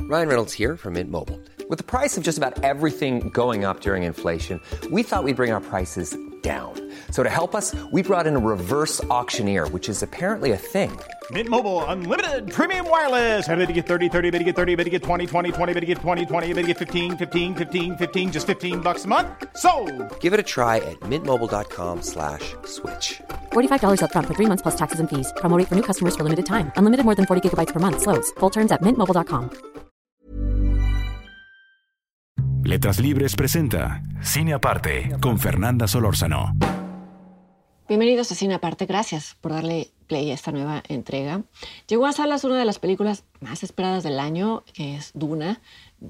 Ryan Reynolds here from Mint Mobile. With the price of just about everything going up during inflation, we thought we'd bring our prices down. So to help us, we brought in a reverse auctioneer, which is apparently a thing. Mint Mobile Unlimited Premium Wireless. How to get 30, 30, how to get 30, how to get 20, 20, 20, how to get 20, 20, how to get 15, 15, 15, 15, just $15 a month? Sold! Give it a try at mintmobile.com/switch. $45 up front for 3 months plus taxes and fees. Promo rate for new customers for limited time. Unlimited more than 40 gigabytes per month. Slows full terms at mintmobile.com. Letras Libres presenta Cine Aparte con Fernanda Solórzano. Bienvenidos a Cine Aparte, gracias por darle play a esta nueva entrega. Llegó a salas una de las películas más esperadas del año, que es Duna,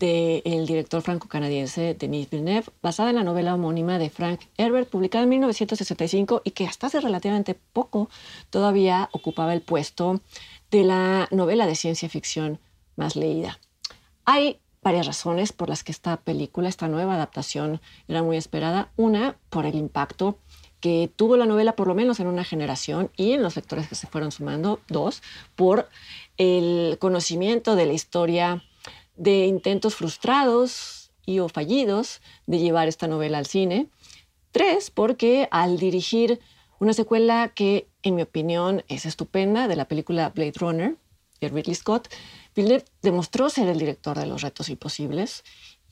del director franco-canadiense Denis Villeneuve, basada en la novela homónima de Frank Herbert, publicada en 1965 y que hasta hace relativamente poco todavía ocupaba el puesto de la novela de ciencia ficción más leída. Hay varias razones por las que esta película, esta nueva adaptación, era muy esperada. Una, por el impacto que tuvo la novela por lo menos en una generación y en los lectores que se fueron sumando. Dos, por el conocimiento de la historia de intentos frustrados y o fallidos de llevar esta novela al cine. Tres, porque al dirigir una secuela que, en mi opinión, es estupenda, de la película Blade Runner, de Ridley Scott, Villeneuve demostró ser el director de los retos imposibles.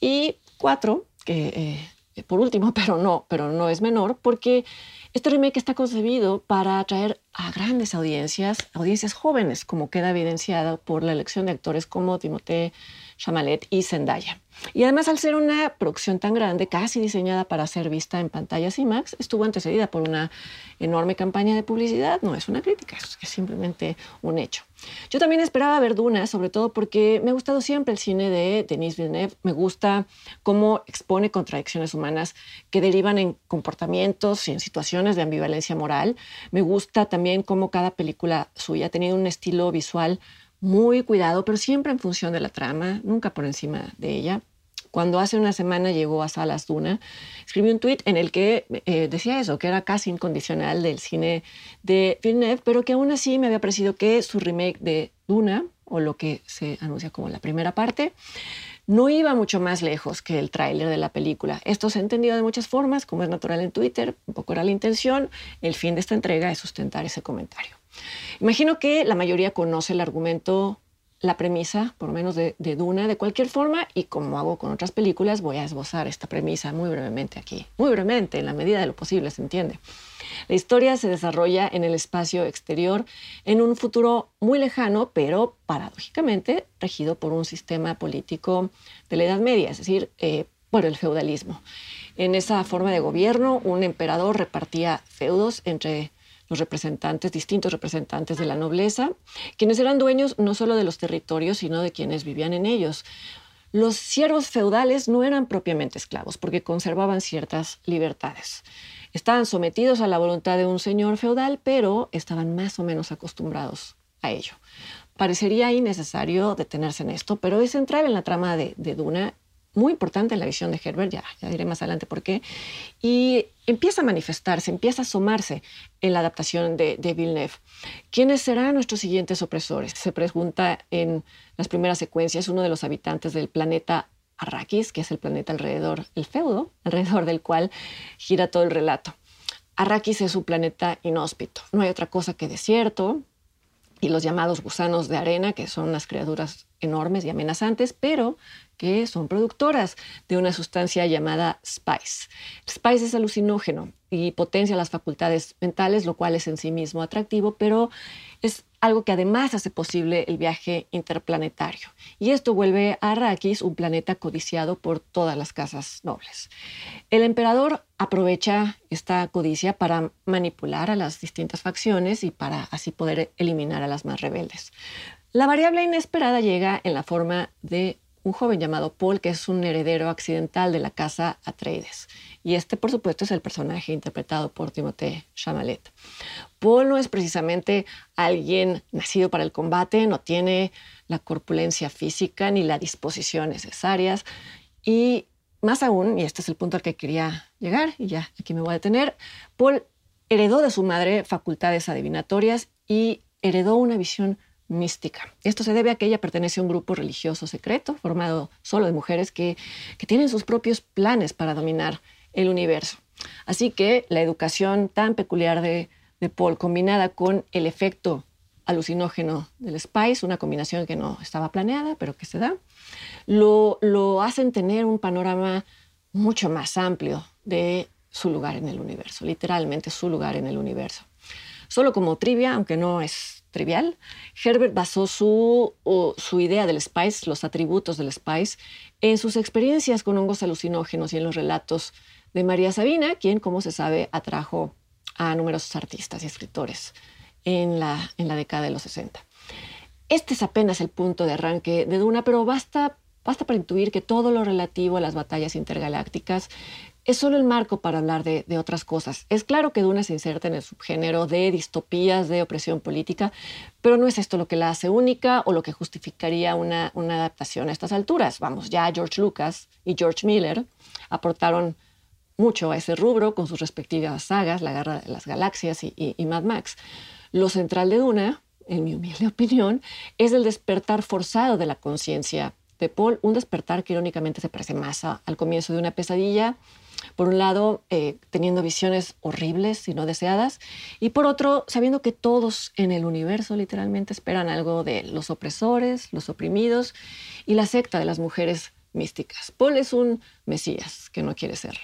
Y cuatro, que por último, pero no es menor, porque este remake está concebido para atraer a grandes audiencias jóvenes, como queda evidenciado por la elección de actores como Timothée Chalamet y Zendaya. Y además, al ser una producción tan grande, casi diseñada para ser vista en pantallas IMAX, estuvo antecedida por una enorme campaña de publicidad. No es una crítica, es simplemente un hecho. Yo también esperaba ver Duna, sobre todo porque me ha gustado siempre el cine de Denis Villeneuve. Me gusta cómo expone contradicciones humanas que derivan en comportamientos y en situaciones de ambivalencia moral. Me gusta también cómo cada película suya ha tenido un estilo visual muy cuidado, pero siempre en función de la trama, nunca por encima de ella. Cuando hace una semana llegó a salas Duna, escribí un tuit en el que decía eso, que era casi incondicional del cine de Villeneuve, pero que aún así me había parecido que su remake de Duna, o lo que se anuncia como la primera parte, no iba mucho más lejos que el tráiler de la película. Esto se ha entendido de muchas formas, como es natural en Twitter, un poco era la intención. El fin de esta entrega es sustentar ese comentario. Imagino que la mayoría conoce el argumento, la premisa, por lo menos de Duna, de cualquier forma, y como hago con otras películas, voy a esbozar esta premisa muy brevemente aquí. Muy brevemente, en la medida de lo posible, se entiende. La historia se desarrolla en el espacio exterior, en un futuro muy lejano, pero paradójicamente regido por un sistema político de la Edad Media, es decir, por el feudalismo. En esa forma de gobierno, un emperador repartía feudos entre los distintos representantes de la nobleza, quienes eran dueños no solo de los territorios, sino de quienes vivían en ellos. Los siervos feudales no eran propiamente esclavos, porque conservaban ciertas libertades. Estaban sometidos a la voluntad de un señor feudal, pero estaban más o menos acostumbrados a ello. Parecería innecesario detenerse en esto, pero es central en la trama de Duna, muy importante en la visión de Herbert, ya diré más adelante por qué, y empieza a manifestarse, empieza a asomarse en la adaptación de Villeneuve. ¿Quiénes serán nuestros siguientes opresores? Se pregunta en las primeras secuencias uno de los habitantes del planeta Arrakis, que es el planeta el feudo, alrededor del cual gira todo el relato. Arrakis es un planeta inhóspito, no hay otra cosa que desierto, y los llamados gusanos de arena, que son unas criaturas enormes y amenazantes, pero que son productoras de una sustancia llamada Spice. El Spice es alucinógeno y potencia las facultades mentales, lo cual es en sí mismo atractivo, pero es algo que además hace posible el viaje interplanetario. Y esto vuelve a Arrakis un planeta codiciado por todas las casas nobles. El emperador aprovecha esta codicia para manipular a las distintas facciones y para así poder eliminar a las más rebeldes. La variable inesperada llega en la forma de un joven llamado Paul, que es un heredero accidental de la casa Atreides. Y este, por supuesto, es el personaje interpretado por Timothée Chalamet. Paul no es precisamente alguien nacido para el combate, no tiene la corpulencia física ni la disposición necesarias. Y más aún, y este es el punto al que quería llegar, y ya aquí me voy a detener, Paul heredó de su madre facultades adivinatorias y heredó una visión mística. Esto se debe a que ella pertenece a un grupo religioso secreto formado solo de mujeres que tienen sus propios planes para dominar el universo. Así que la educación tan peculiar de Paul, combinada con el efecto alucinógeno del Spice, una combinación que no estaba planeada, pero que se da, lo hacen tener un panorama mucho más amplio de su lugar en el universo, literalmente su lugar en el universo. Solo como trivia, aunque no es trivial, Herbert basó su idea del Spice, los atributos del Spice, en sus experiencias con hongos alucinógenos y en los relatos de María Sabina, quien, como se sabe, atrajo a numerosos artistas y escritores en la década de los 60. Este es apenas el punto de arranque de Duna, pero basta para intuir que todo lo relativo a las batallas intergalácticas es solo el marco para hablar de otras cosas. Es claro que Duna se inserta en el subgénero de distopías de opresión política, pero no es esto lo que la hace única o lo que justificaría una adaptación a estas alturas. Vamos, ya George Lucas y George Miller aportaron mucho a ese rubro con sus respectivas sagas, La Guerra de las Galaxias y Mad Max. Lo central de Duna, en mi humilde opinión, es el despertar forzado de la conciencia de Paul, un despertar que irónicamente se parece más al comienzo de una pesadilla, por un lado teniendo visiones horribles y no deseadas, y por otro sabiendo que todos en el universo literalmente esperan algo de los opresores, los oprimidos y la secta de las mujeres místicas. Paul es un mesías que no quiere serlo.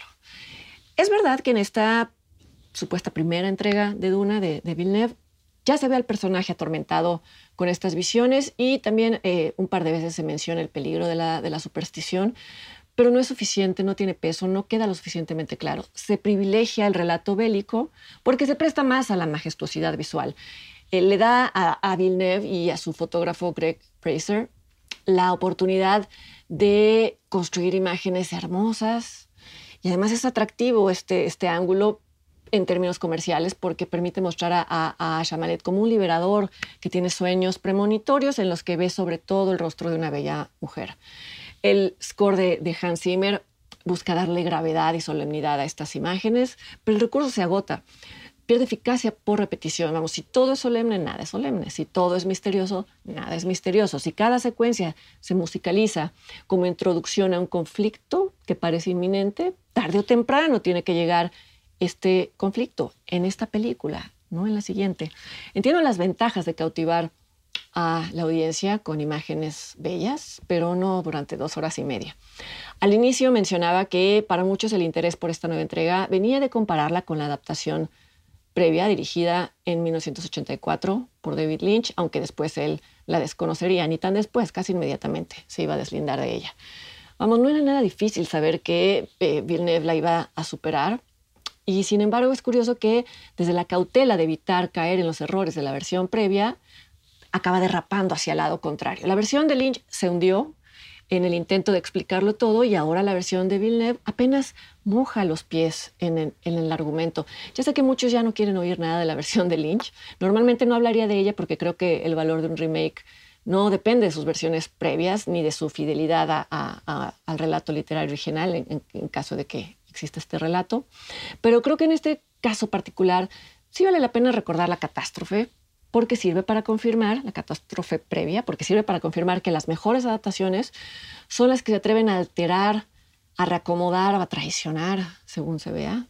Es verdad que en esta supuesta primera entrega de Duna de Villeneuve ya se ve al personaje atormentado con estas visiones y también un par de veces se menciona el peligro de la superstición, pero no es suficiente, no tiene peso, no queda lo suficientemente claro. Se privilegia el relato bélico porque se presta más a la majestuosidad visual. Le da a Villeneuve y a su fotógrafo Greg Fraser la oportunidad de construir imágenes hermosas y además es atractivo este ángulo en términos comerciales porque permite mostrar a Chamalet como un liberador que tiene sueños premonitorios en los que ve sobre todo el rostro de una bella mujer. El score de Hans Zimmer busca darle gravedad y solemnidad a estas imágenes, pero el recurso se agota. Pierde eficacia por repetición. Vamos, si todo es solemne, nada es solemne. Si todo es misterioso, nada es misterioso. Si cada secuencia se musicaliza como introducción a un conflicto que parece inminente, tarde o temprano tiene que llegar este conflicto en esta película, no en la siguiente. Entiendo las ventajas de cautivar a la audiencia con imágenes bellas, pero no durante 2 horas y media. Al inicio mencionaba que para muchos el interés por esta nueva entrega venía de compararla con la adaptación previa dirigida en 1984 por David Lynch, aunque después él la desconocería, ni tan después, casi inmediatamente se iba a deslindar de ella. Vamos, no era nada difícil saber que Villeneuve la iba a superar. Y sin embargo es curioso que desde la cautela de evitar caer en los errores de la versión previa, acaba derrapando hacia el lado contrario. La versión de Lynch se hundió en el intento de explicarlo todo y ahora la versión de Villeneuve apenas moja los pies en el argumento. Ya sé que muchos ya no quieren oír nada de la versión de Lynch. Normalmente no hablaría de ella porque creo que el valor de un remake no depende de sus versiones previas ni de su fidelidad al relato literario original en caso de que existe este relato, pero creo que en este caso particular sí vale la pena recordar la catástrofe porque sirve para confirmar, la catástrofe previa, porque sirve para confirmar que las mejores adaptaciones son las que se atreven a alterar, a reacomodar o a traicionar, según se vea,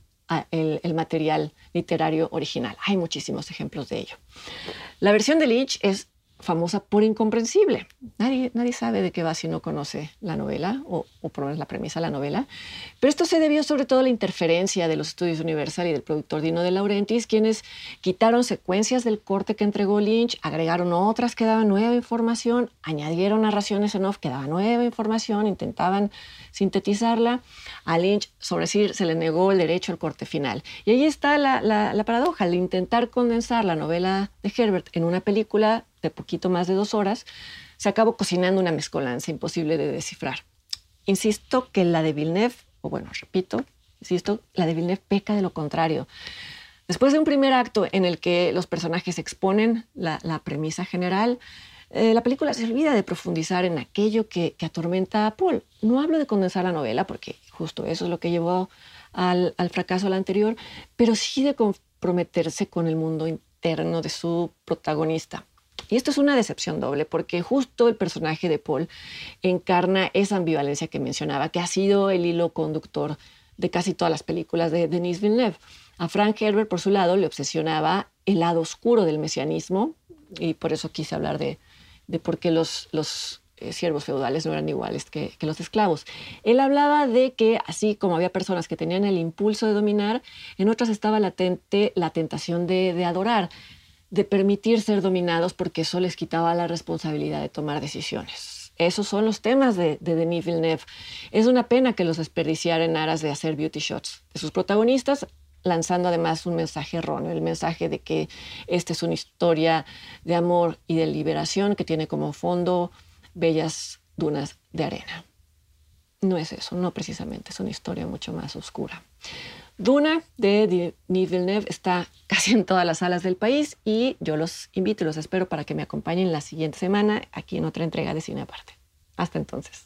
el material literario original. Hay muchísimos ejemplos de ello. La versión de Lynch es famosa por incomprensible. Nadie sabe de qué va si no conoce la novela o por lo menos la premisa de la novela. Pero esto se debió sobre todo a la interferencia de los estudios Universal y del productor Dino De Laurentiis, quienes quitaron secuencias del corte que entregó Lynch, agregaron otras que daban nueva información, añadieron narraciones en off que daban nueva información, intentaban sintetizarla. A Lynch, sobre decir, se le negó el derecho al corte final. Y ahí está la paradoja, al intentar condensar la novela de Herbert en una película de poquito más de 2 horas, se acabó cocinando una mezcolanza imposible de descifrar. Insisto que la de Villeneuve, la de Villeneuve peca de lo contrario. Después de un primer acto en el que los personajes exponen la premisa general, la película se olvida de profundizar en aquello que atormenta a Paul. No hablo de condensar la novela, porque justo eso es lo que llevó al fracaso al anterior, pero sí de comprometerse con el mundo interno de su protagonista. Y esto es una decepción doble porque justo el personaje de Paul encarna esa ambivalencia que mencionaba, que ha sido el hilo conductor de casi todas las películas de Denis Villeneuve. A Frank Herbert, por su lado, le obsesionaba el lado oscuro del mesianismo, y por eso quise hablar de por qué los siervos feudales no eran iguales que los esclavos. Él hablaba de que, así como había personas que tenían el impulso de dominar, en otras estaba latente la tentación de adorar, de permitir ser dominados, porque eso les quitaba la responsabilidad de tomar decisiones. Esos son los temas de Denis Villeneuve. Es una pena que los desperdiciara en aras de hacer beauty shots de sus protagonistas, lanzando además un mensaje erróneo, el mensaje de que esta es una historia de amor y de liberación que tiene como fondo bellas dunas de arena. No es eso, no precisamente, es una historia mucho más oscura. Duna de Denis Villeneuve está casi en todas las salas del país y yo los invito y los espero para que me acompañen la siguiente semana aquí en otra entrega de Cine Aparte. Hasta entonces.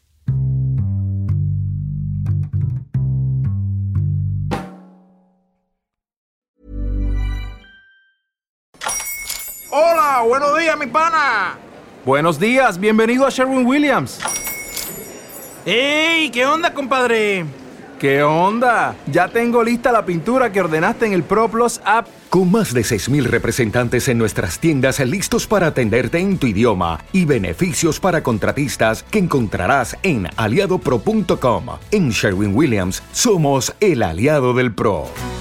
Hola, buenos días, mi pana. Buenos días, bienvenido a Sherwin-Williams. ¡Ey! ¿Qué onda, compadre? ¿Qué onda? Ya tengo lista la pintura que ordenaste en el ProPlus app. Con más de 6,000 representantes en nuestras tiendas listos para atenderte en tu idioma y beneficios para contratistas que encontrarás en aliadopro.com. En Sherwin-Williams somos el aliado del pro.